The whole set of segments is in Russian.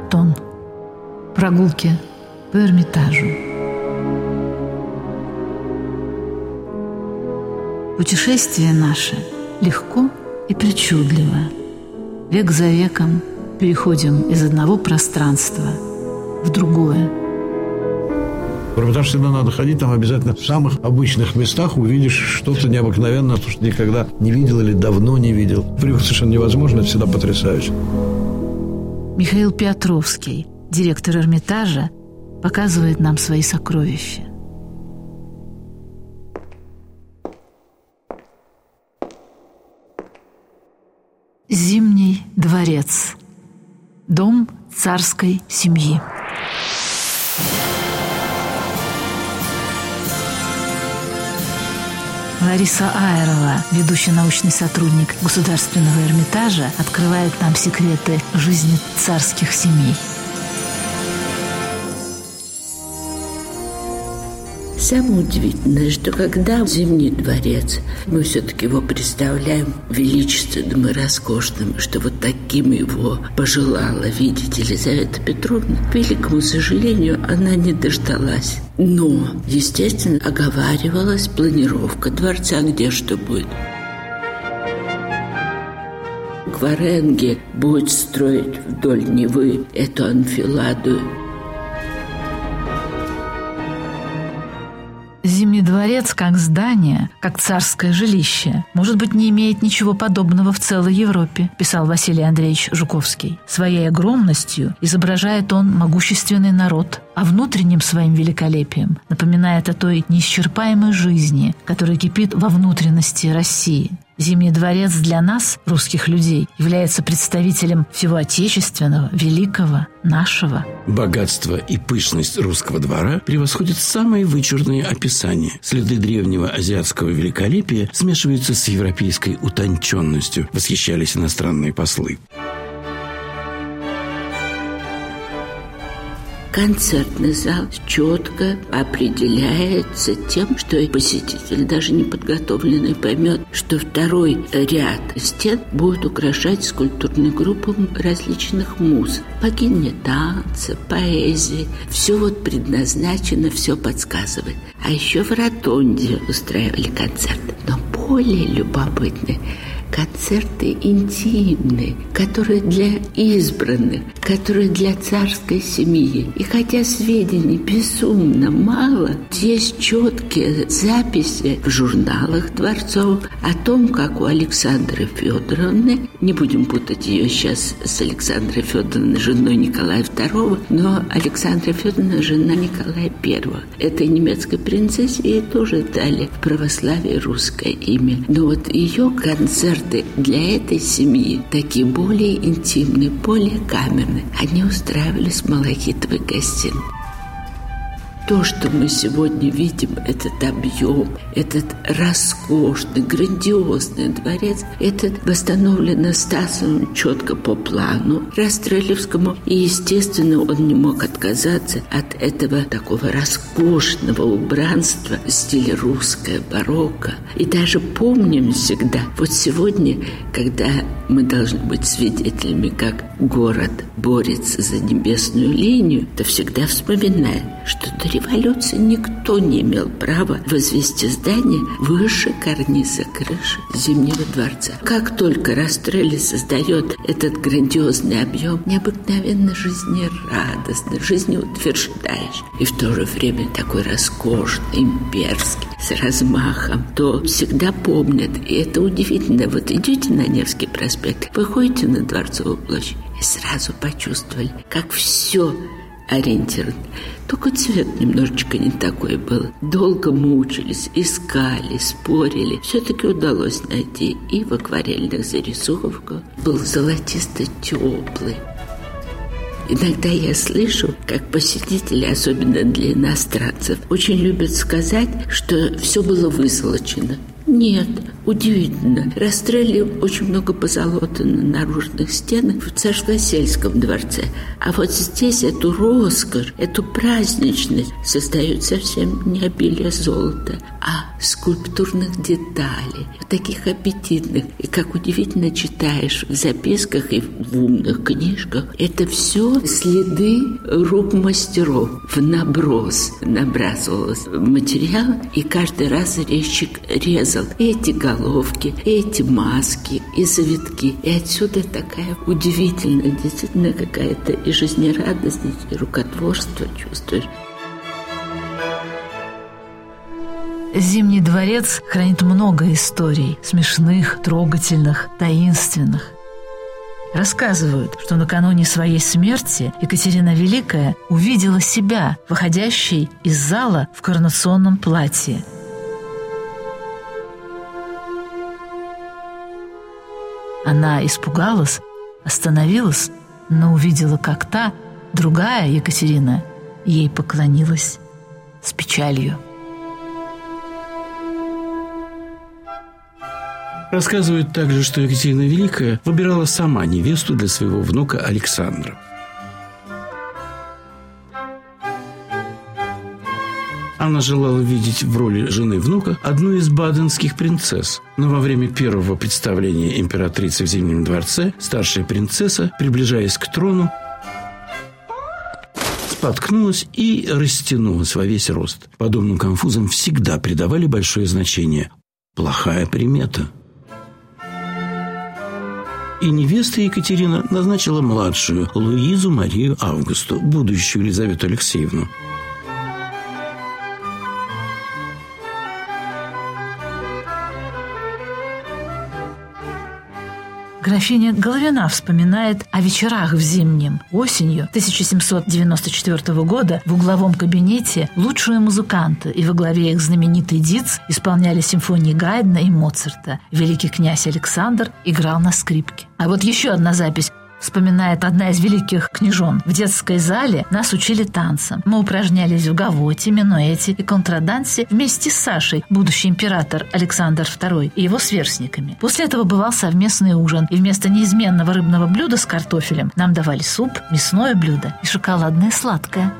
Маратон. Прогулки по Эрмитажу. Путешествие наше легко и причудливо. Век за веком переходим из одного пространства в другое. В Эрмитаж всегда надо ходить, там обязательно в самых обычных местах увидишь что-то необыкновенное, то, что никогда не видел или давно не видел. Привыкнуть совершенно невозможно, это всегда потрясающе. Михаил Петровский, директор Эрмитажа, показывает нам свои сокровища. Зимний дворец. Дом царской семьи. Лариса Аерова, ведущий научный сотрудник Государственного Эрмитажа, открывает нам секреты жизни царских семей. Самое удивительное, что когда Зимний дворец, мы все-таки его представляем величественным и роскошным, что вот таким его пожелала видеть Елизавета Петровна, к великому сожалению, она не дождалась. Но, естественно, оговаривалась планировка дворца, где что будет. Кваренге будет строить вдоль Невы эту анфиладу. Зимний дворец, как здание, как царское жилище, может быть, не имеет ничего подобного в целой Европе, писал Василий Андреевич Жуковский. Своей огромностью изображает он могущественный народ, а внутренним своим великолепием напоминает о той неисчерпаемой жизни, которая кипит во внутренности России. Зимний дворец для нас, русских людей, является представителем всего отечественного, великого, нашего. Богатство и пышность русского двора превосходят самые вычурные описания. Следы древнего азиатского великолепия смешиваются с европейской утонченностью, восхищались иностранные послы. Концертный зал четко определяется тем, что посетитель, даже неподготовленный, поймет, что второй ряд стен будет украшать скульптурной группой различных муз. Богиня танца, поэзии. Все вот предназначено, все подсказывает. А еще в ротонде устраивали концерты. Но более любопытные концерты интимные, которые для избранных, которые для царской семьи. И хотя сведений безумно мало, есть четкие записи в журналах дворцов о том, как у Александры Федоровны, не будем путать ее сейчас с Александрой Федоровной, женой Николая II, но Александра Федоровна жена Николая I. Этой немецкой принцессе ей тоже дали в православии русское имя. Но вот ее концерты для этой семьи, такие более интимные, более камерные, они устраивались в Малахитовой гостиной. То, что мы сегодня видим, этот объем, этот роскошный, грандиозный дворец, этот восстановлен Стасовым четко по плану Растрелевскому. И, естественно, он не мог отказаться от этого такого роскошного убранства в стиле русское, барокко. И даже помним всегда, вот сегодня, когда мы должны быть свидетелями, как город борется за небесную линию, то всегда вспоминаем, что до революции никто не имел права возвести здание выше карниза крыши Зимнего дворца. Как только Растрелли создает этот грандиозный объем, необыкновенно жизнерадостный, жизнеутверждающий и в то же время такой роскошный, имперский, с размахом, то всегда помнят, и это удивительно. Вот идете на Невский проспект, выходите на Дворцовую площадь и сразу почувствовали, как все ориентировано. Только цвет немножечко не такой был. Долго мучились, искали, спорили. Все-таки удалось найти. И в акварельных зарисовках был золотисто-теплый. Иногда я слышу, как посетители, особенно для иностранцев, очень любят сказать, что все было вызолочено. Нет, Удивительно. Расстреляли очень много позолоты на наружных стенах в Царскосельском дворце. А вот здесь эту роскошь, эту праздничность создают совсем не обилие золота, а скульптурных деталей, таких аппетитных. И как удивительно читаешь в записках и в умных книжках, это все следы рук мастеров. В наброс набрасывалось материал, и каждый раз резчик резал эти головки, эти маски и завитки. И отсюда такая удивительная, действительно какая-то и жизнерадостность, и рукотворство чувствуешь. Зимний дворец хранит много историй, смешных, трогательных, таинственных. Рассказывают, что накануне своей смерти Екатерина Великая увидела себя, выходящей из зала в коронационном платье. Она испугалась, остановилась, но увидела, как та, другая Екатерина, ей поклонилась с печалью. Рассказывают также, что Екатерина Великая выбирала сама невесту для своего внука Александра. Она желала видеть в роли жены внука одну из баденских принцесс. Но во время первого представления императрицы в Зимнем дворце старшая принцесса, приближаясь к трону, споткнулась и растянулась во весь рост. Подобным конфузам всегда придавали большое значение. Плохая примета. И невеста Екатерина назначила младшую Луизу Марию Августу, будущую Елизавету Алексеевну. Графиня Головина вспоминает о вечерах в Зимнем. Осенью 1794 года в угловом кабинете лучшие музыканты и во главе их знаменитый Диц исполняли симфонии Гайдна и Моцарта. Великий князь Александр играл на скрипке. А вот еще одна запись. Вспоминает одна из великих княжон. В детской зале нас учили танцам. Мы упражнялись в гавоте, минуэте и контрадансе вместе с Сашей, будущий император Александр II, и его сверстниками. После этого бывал совместный ужин, и вместо неизменного рыбного блюда с картофелем нам давали суп, мясное блюдо и шоколадное сладкое.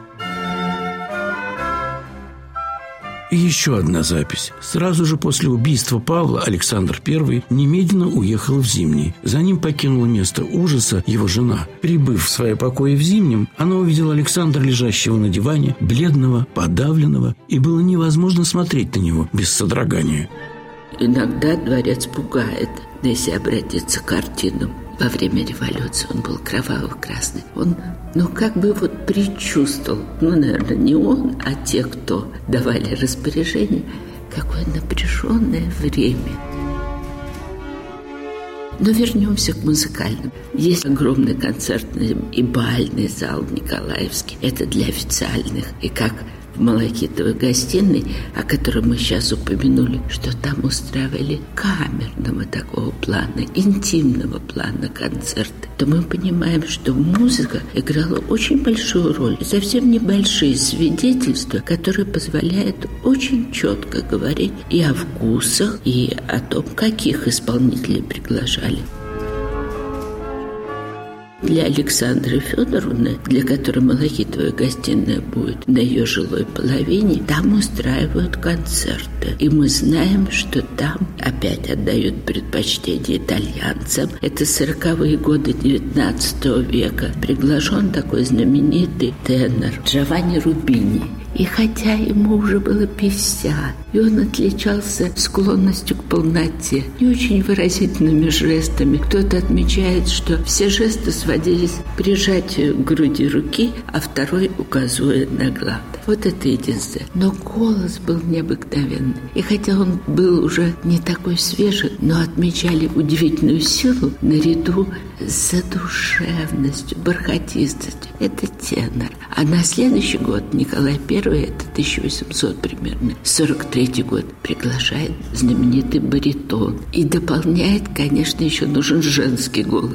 И еще одна запись. Сразу же после убийства Павла Александр I немедленно уехал в Зимний. За ним покинула место ужаса его жена. Прибыв в свои покои в Зимнем, она увидела Александра, лежащего на диване, бледного, подавленного, и было невозможно смотреть на него без содрогания. Иногда дворец пугает, если обратиться к картинам. Во время революции он был кроваво-красный. Он, как бы предчувствовал, наверное, не он, а те, кто давали распоряжение, какое напряженное время. Но вернемся к музыкальным. Есть огромный концертный и бальный зал Николаевский. Это для официальных. И как в Малахитовой гостиной, о которой мы сейчас упомянули, что там устраивали камерного такого плана, интимного плана концерты, то мы понимаем, что музыка играла очень большую роль. И совсем небольшие свидетельства, которые позволяют очень четко говорить и о вкусах, и о том, каких исполнителей приглашали. Для Александры Федоровны, для которой Малахитовая гостиная будет на ее жилой половине, там устраивают концерты. И мы знаем, что там опять отдают предпочтение итальянцам. Это 40-е годы 19 века. Приглашен такой знаменитый тенор Джованни Рубини. И хотя ему уже было 50, и он отличался склонностью к полноте, не очень выразительными жестами. Кто-то отмечает, что все жесты сводились к прижатию к груди руки, а второй указывает на главное. Вот это единственное. Но голос был необыкновенный. И хотя он был уже не такой свежий, но отмечали удивительную силу наряду с задушевностью, бархатистостью. Это тенор. А на следующий год Николай I, это 1800 примерно, 43 год, приглашает знаменитый баритон. И дополняет, конечно, еще нужен женский голос. И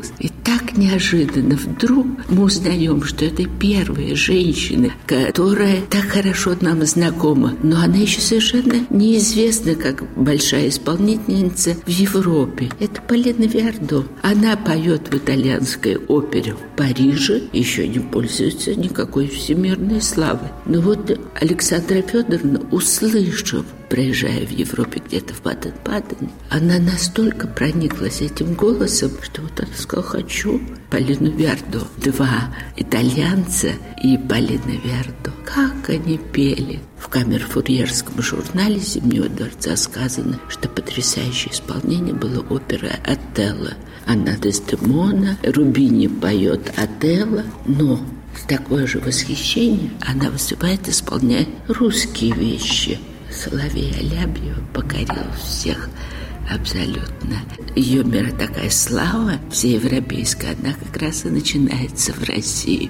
так неожиданно вдруг мы узнаем, что это первая женщина, которая так хорошо нам знакома, но она еще совершенно неизвестна как большая исполнительница в Европе. Это Полина Виардо. Она поет в итальянской опере в Париже, еще не пользуется никакой всемирной славой. Но вот Александра Федоровна, услышав, проезжая в Европе где-то в Баден-Бадене, она настолько прониклась этим голосом, что вот она сказала: хочу Полину Виардо. Два итальянца и Полина Виардо. Как они пели! В камерфурьерском журнале «Зимнего дворца» сказано, что потрясающее исполнение было оперы «Отелло». Она Дездемона, Рубини поет «Отелло», но такое же восхищение она выступает, исполняя русские вещи. Соловей Алябьева покорила всех абсолютно. Ее мира такая слава всеевропейская, она как раз и начинается в России.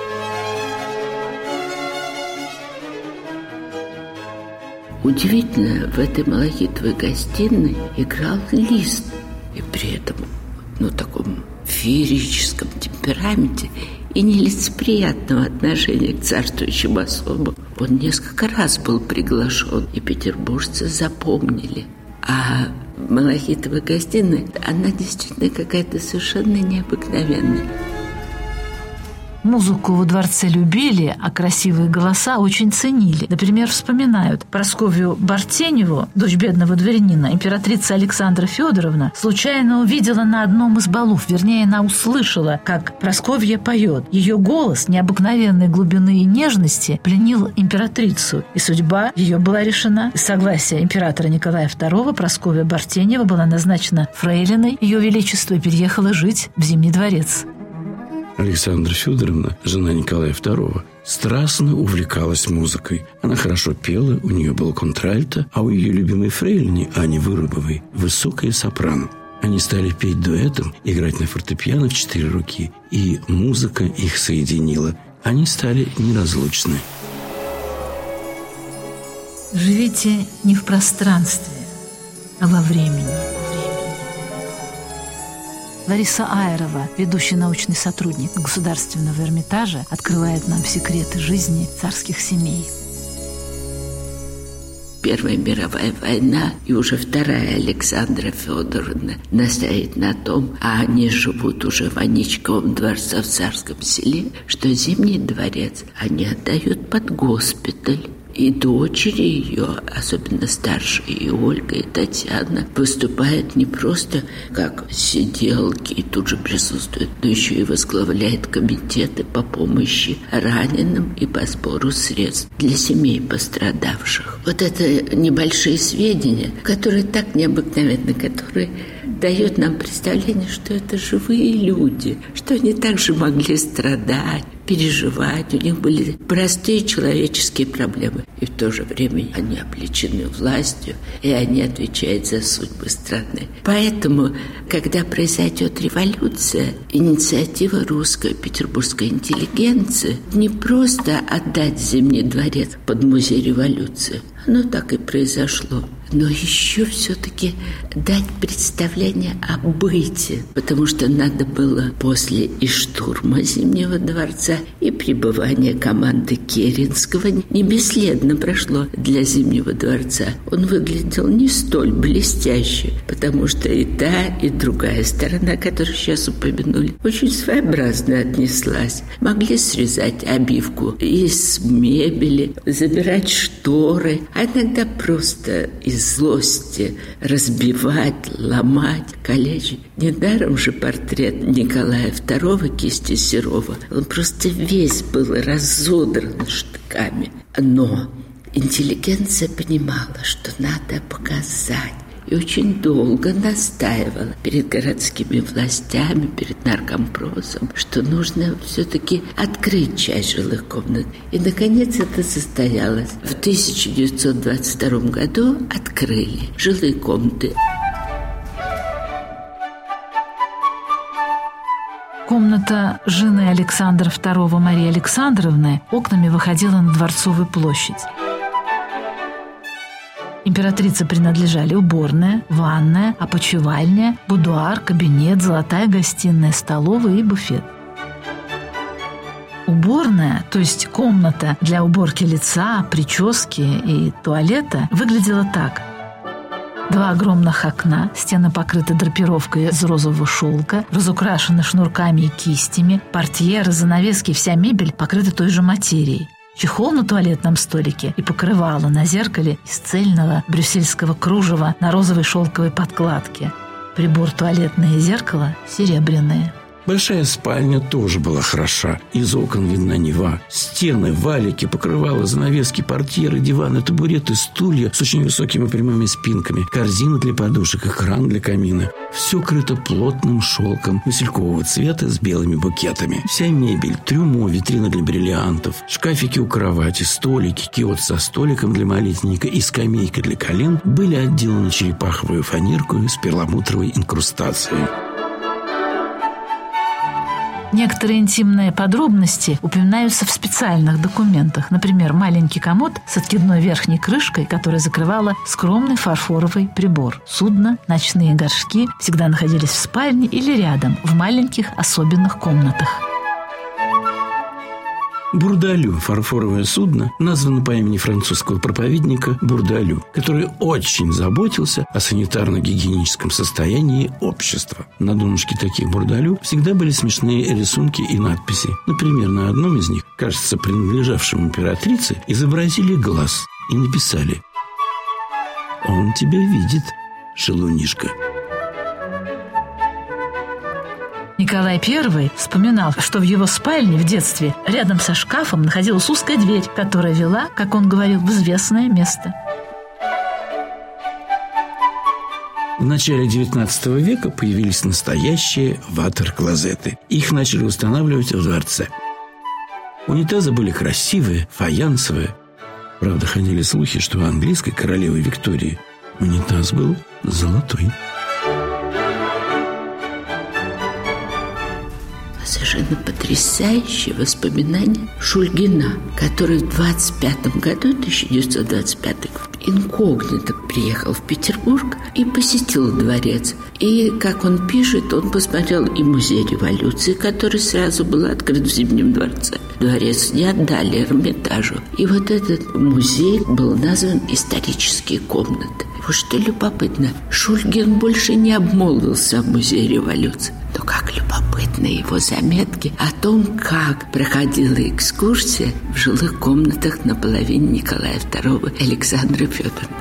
Удивительно, в этой малахитовой гостиной играл Лист. И при этом, таком феерическом темпераменте и нелицеприятного отношения к царствующим особам. Он несколько раз был приглашен, и петербуржцы запомнили. А малахитовая гостиная, она действительно какая-то совершенно необыкновенная. Музыку во дворце любили, а красивые голоса очень ценили. Например, вспоминают Прасковью Бартеневу, дочь бедного дворянина. Императрица Александра Федоровна случайно увидела на одном из балов, вернее, она услышала, как Прасковья поет. Ее голос необыкновенной глубины и нежности пленил императрицу, и судьба ее была решена. Из согласия императора Николая II Прасковья Бартенева была назначена фрейлиной Ее Величества и переехала жить в Зимний дворец. Александра Федоровна, жена Николая II, страстно увлекалась музыкой. Она хорошо пела, у нее был контральто, а у ее любимой фрейлини Ани Вырубовой высокая сопрано. Они стали петь дуэтом, играть на фортепиано в 4 руки, и музыка их соединила. Они стали неразлучны. Живите не в пространстве, а во времени. Лариса Аерова, ведущий научный сотрудник Государственного Эрмитажа, открывает нам секреты жизни царских семей. Первая мировая война и уже вторая Александра Федоровна настоит на том, а они живут уже в Аничковом дворце в Царском Селе, что Зимний дворец они отдают под госпиталь. И дочери ее, особенно старшие, и Ольга, и Татьяна, выступают не просто как сиделки и тут же присутствуют, но еще и возглавляют комитеты по помощи раненым и по сбору средств для семей пострадавших. Вот это небольшие сведения, которые так необыкновенны, которые дают нам представление, что это живые люди, что они также могли страдать, переживать. У них были простые человеческие проблемы. И в то же время они облечены властью, и они отвечают за судьбы страны. Поэтому, когда произойдет революция, инициатива русской петербургской интеллигенции не просто отдать Зимний дворец под музей революции. Оно так и произошло. Но еще все-таки дать представление о быте, потому что надо было после и штурма Зимнего дворца, и пребывания команды Керенского не бесследно прошло для Зимнего дворца. Он выглядел не столь блестяще, потому что и та, и другая сторона, которую сейчас упомянули, очень своеобразно отнеслась. Могли срезать обивку из мебели, забирать шторы, а иногда просто из злости разбивать, ломать, калечить. Недаром же портрет Николая II кисти Серова, он просто весь был разодран штыками. Но интеллигенция понимала, что надо показать. И очень долго настаивала перед городскими властями, перед наркомпросом, что нужно все-таки открыть часть жилых комнат. И, наконец, это состоялось. В 1922 году открыли жилые комнаты. Комната жены Александра II Марии Александровны окнами выходила на Дворцовую площадь. Императрице принадлежали уборная, ванная, опочивальня, будуар, кабинет, золотая гостиная, столовая и буфет. Уборная, то есть комната для уборки лица, прически и туалета, выглядела так. 2 огромных окна, стены покрыты драпировкой из розового шелка, разукрашены шнурками и кистями, портьеры, занавески, вся мебель покрыта той же материей. Чехол на туалетном столике и покрывало на зеркале из цельного брюссельского кружева на розовой шелковой подкладке. Прибор туалетное и зеркало серебряные. Большая спальня тоже была хороша. Из окон видна Нева. Стены, валики, покрывала, занавески, портьеры, диваны, табуреты, стулья с очень высокими прямыми спинками, корзины для подушек, экран для камина. Все крыто плотным шелком василькового цвета с белыми букетами. Вся мебель, трюмо, витрина для бриллиантов, шкафики у кровати, столики, киоск со столиком для молитвенника и скамейка для колен были отделаны черепаховой фанеркой с перламутровой инкрустацией. Некоторые интимные подробности упоминаются в специальных документах. Например, маленький комод с откидной верхней крышкой, которая закрывала скромный фарфоровый прибор. Судно, ночные горшки всегда находились в спальне или рядом, в маленьких особенных комнатах. Бурдалю, фарфоровое судно, названо по имени французского проповедника Бурдалю, который очень заботился о санитарно-гигиеническом состоянии общества. На донышке таких бурдалю всегда были смешные рисунки и надписи. Например, на одном из них, кажется, принадлежавшем императрице, изобразили глаз и написали: «Он тебя видит, шалунишка». Николай I вспоминал, что в его спальне в детстве рядом со шкафом находилась узкая дверь, которая вела, как он говорил, в известное место. В начале XIX века появились настоящие ватер-клозеты. Их начали устанавливать в дворце. Унитазы были красивые, фаянсовые. Правда, ходили слухи, что у английской королевы Виктории унитаз был золотой. Совершенно потрясающее воспоминание Шульгина, который в 1925 инкогнито приехал в Петербург и посетил дворец. И, как он пишет, он посмотрел и музей революции, который сразу был открыт в Зимнем дворце. Дворец не отдали Эрмитажу. И вот этот музей был назван «Исторические комнаты». Вот что любопытно, Шульгин больше не обмолвился о музее революции. Но как любопытны его заметки о том, как проходила экскурсия в жилых комнатах на половине Николая II и Александры Федоровны.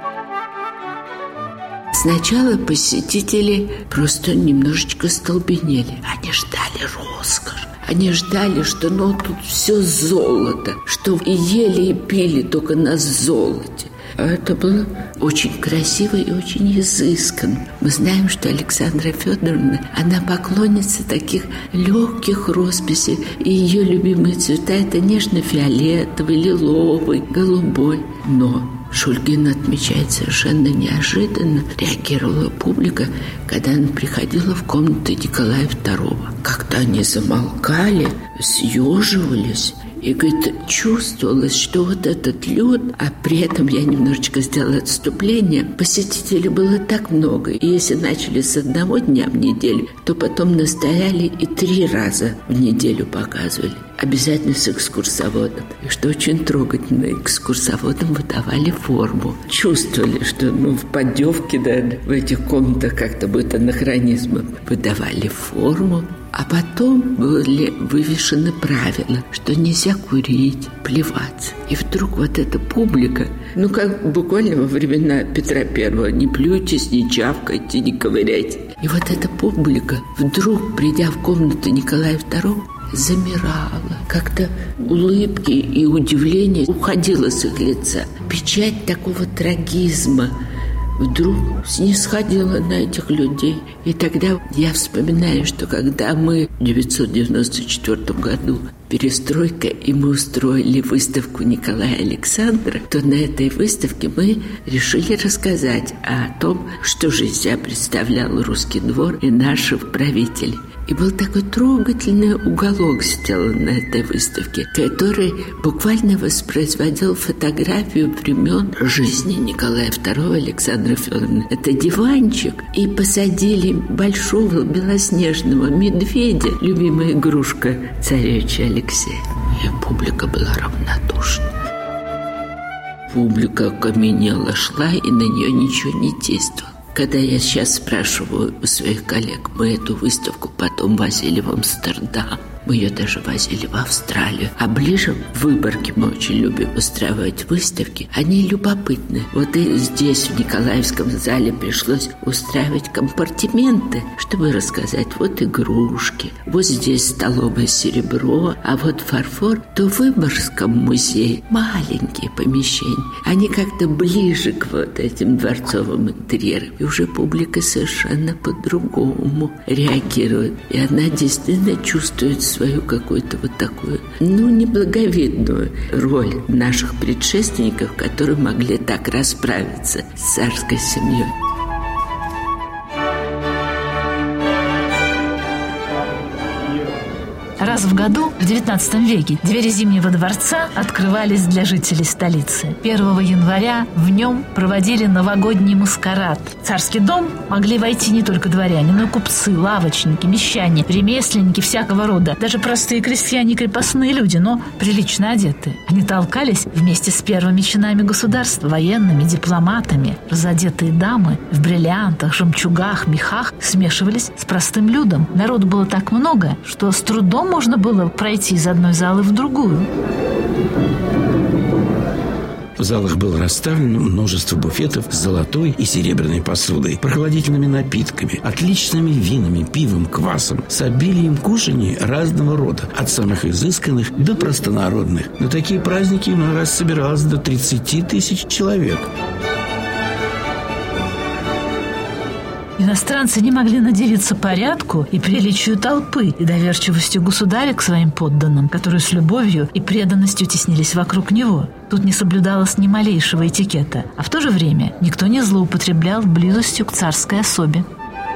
Сначала посетители просто немножечко столбенели. Они ждали роскошь. Они ждали, что тут все золото, что и ели, и пили только на золоте. А это было очень красиво и очень изысканно. Мы знаем, что Александра Федоровна, она поклонница таких легких росписей. И ее любимые цвета – это нежно-фиолетовый, лиловый, голубой. Но Шульгин отмечает, совершенно неожиданно реагировала публика, когда она приходила в комнату Николая II. Как-то они замолкали, съеживались. И, говорит, чувствовалось, что вот этот люд, а при этом я немножечко сделала отступление, посетителей было так много. И если начали с одного дня в неделю, то потом настояли и 3 раза в неделю показывали. Обязательно с экскурсоводом. И что очень трогательно, экскурсоводам выдавали форму. Чувствовали, что в поддевке, в этих комнатах как-то будет анахронизмом. Выдавали форму. А потом были вывешены правила, что нельзя курить, плеваться. И вдруг вот эта публика, как буквально во времена Петра I, не плюйтесь, не чавкайте, не ковыряйте. И вот эта публика, вдруг, придя в комнату Николая II, замирала. Как-то улыбки и удивление уходило с их лица. Печать такого трагизма вдруг снисходила на этих людей. И тогда я вспоминаю, что когда мы в 1994 году перестройка, и мы устроили выставку Николая Александра, то на этой выставке мы решили рассказать о том, что же из себя представлял русский двор и наших правителей. И был такой трогательный уголок сделан на этой выставке, который буквально воспроизводил фотографию времен жизни Николая II, Александры Федоровны. Это диванчик, и посадили большого белоснежного медведя, любимая игрушка царевича Алексея. И публика была равнодушна. Публика окаменела, шла, и на нее ничего не действовало. Когда я сейчас спрашиваю у своих коллег, мы эту выставку потом возили в Амстердам, мы ее даже возили в Австралию. А ближе в Выборге мы очень любим устраивать выставки. Они любопытны. Вот и здесь, в Николаевском зале, пришлось устраивать компартименты, чтобы рассказать, вот игрушки, вот здесь столовое серебро, а вот фарфор. То в Выборгском музее маленькие помещения. Они как-то ближе к вот этим дворцовым интерьерам. И уже публика совершенно по-другому реагирует. И она действительно чувствует свою какую-то вот такую, неблаговидную роль наших предшественников, которые могли так расправиться с царской семьей. Раз в году, в XIX веке, двери Зимнего дворца открывались для жителей столицы. 1 января в нем проводили новогодний маскарад. В царский дом могли войти не только дворяне, но и купцы, лавочники, мещане, ремесленники всякого рода, даже простые крестьяне и крепостные люди, но прилично одетые. Они толкались вместе с первыми чинами государства, военными, дипломатами. Разодетые дамы в бриллиантах, жемчугах, мехах смешивались с простым людом. Народу было так много, что с трудом можно было пройти из одной залы в другую. В залах было расставлено множество буфетов с золотой и серебряной посудой, прохладительными напитками, отличными винами, пивом, квасом, с обилием кушаний разного рода, от самых изысканных до простонародных. На такие праздники иной раз собиралось до 30 тысяч человек. Иностранцы не могли надивиться порядку и приличию толпы и доверчивостью государя к своим подданным, которые с любовью и преданностью теснились вокруг него. Тут не соблюдалось ни малейшего этикета, а в то же время никто не злоупотреблял близостью к царской особе.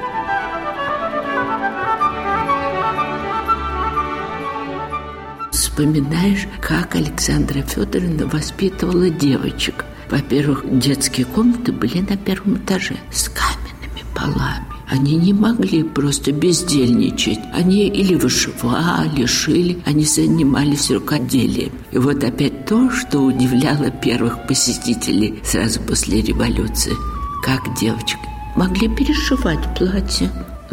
Вспоминаешь, как Александра Федоровна воспитывала девочек. Во-первых, детские комнаты были на первом этаже с каменными полами. Они не могли просто бездельничать. Они или вышивали, шили, они занимались рукоделием. И вот опять то, что удивляло первых посетителей сразу после революции. Как девочки могли перешивать платья.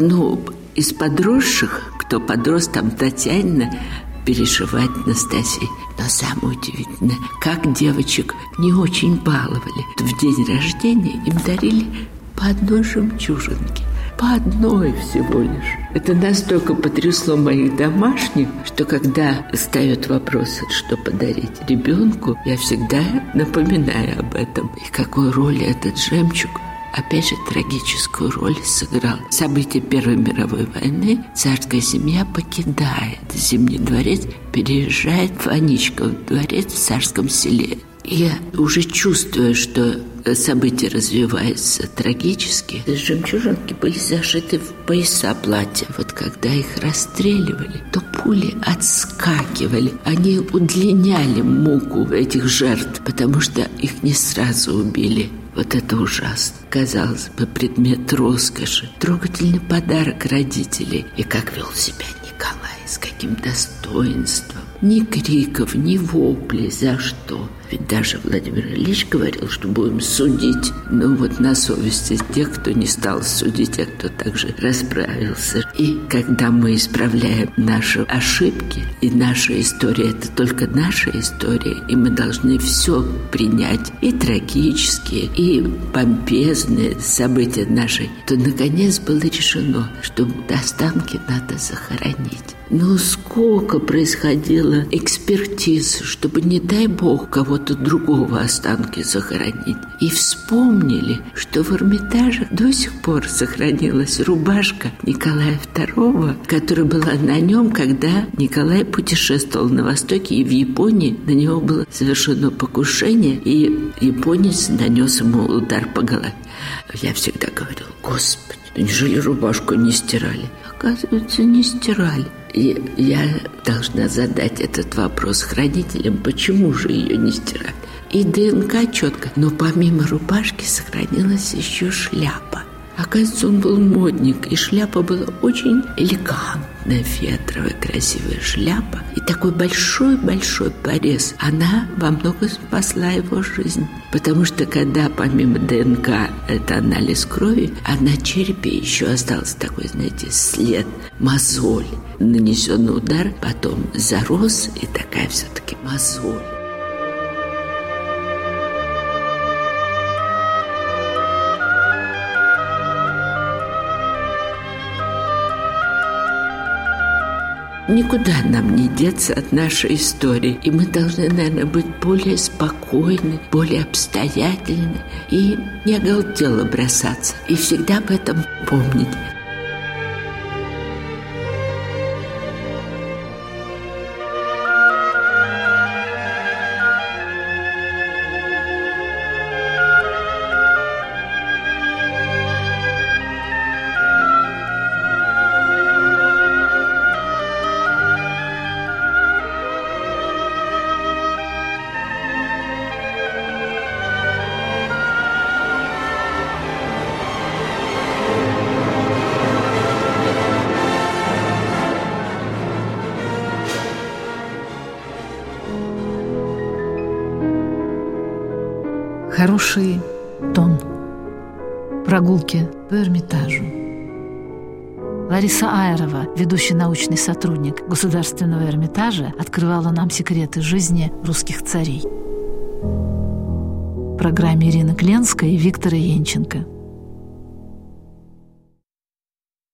Из подросших, кто подрос, там Татьяна, перешивать Настасьей. Но самое удивительное, как девочек не очень баловали. В день рождения им дарили по одной жемчужинке. По одной всего лишь. Это настолько потрясло моих домашних, что когда встает вопрос, что подарить ребенку, я всегда напоминаю об этом. И какую роль этот жемчуг, опять же, трагическую роль сыграл. События Первой мировой войны, царская семья покидает Зимний дворец, переезжает в Аничков дворец в Царском селе. Я уже чувствую, что события развиваются трагически. Жемчужинки были зашиты в пояса платья. Вот когда их расстреливали, то пули отскакивали. Они удлиняли муку этих жертв, потому что их не сразу убили. Вот это ужасно. Казалось бы, предмет роскоши. Трогательный подарок родителей. И как вел себя Николай, с каким достоинством. Ни криков, ни воплей. За что? Ведь даже Владимир Ильич говорил, что будем судить. На совести тех, кто не стал судить, а кто также расправился. И когда мы исправляем наши ошибки, и наша история – это только наша история, и мы должны все принять, и трагические, и помпезные события нашей, то, наконец, было решено, что останки надо захоронить. Сколько происходило экспертиз, чтобы, не дай бог, кого-то другого останки захоронить. И вспомнили, что в Эрмитаже до сих пор сохранилась рубашка Николая II, которая была на нем, когда Николай путешествовал на Востоке, и в Японии на него было совершено покушение, и японец нанес ему удар по голове. Я всегда говорила: Господи, неужели рубашку не стирали? оказывается, не стирали. И я должна задать этот вопрос хранителям, почему же ее не стирали. И ДНК четко, но помимо рубашки сохранилась еще шляпа. Оказывается, он был модник, и шляпа была очень элегантная, фетровая, красивая шляпа. И такой большой-большой порез. Она во многом спасла его жизнь. Потому что, когда помимо ДНК это анализ крови, а на черепе еще остался такой, знаете, след, мозоль. Нанесенный удар потом зарос, и такая все-таки мозоль. Никуда нам не деться от нашей истории. И мы должны, наверное, быть более спокойны, более обстоятельны и не оголтело бросаться. И всегда об этом помнить. Хороший тон. Прогулки по Эрмитажу. Лариса Аерова, ведущий научный сотрудник Государственного Эрмитажа, открывала нам секреты жизни русских царей. В программе Ирина Кленская и Виктор Янченко.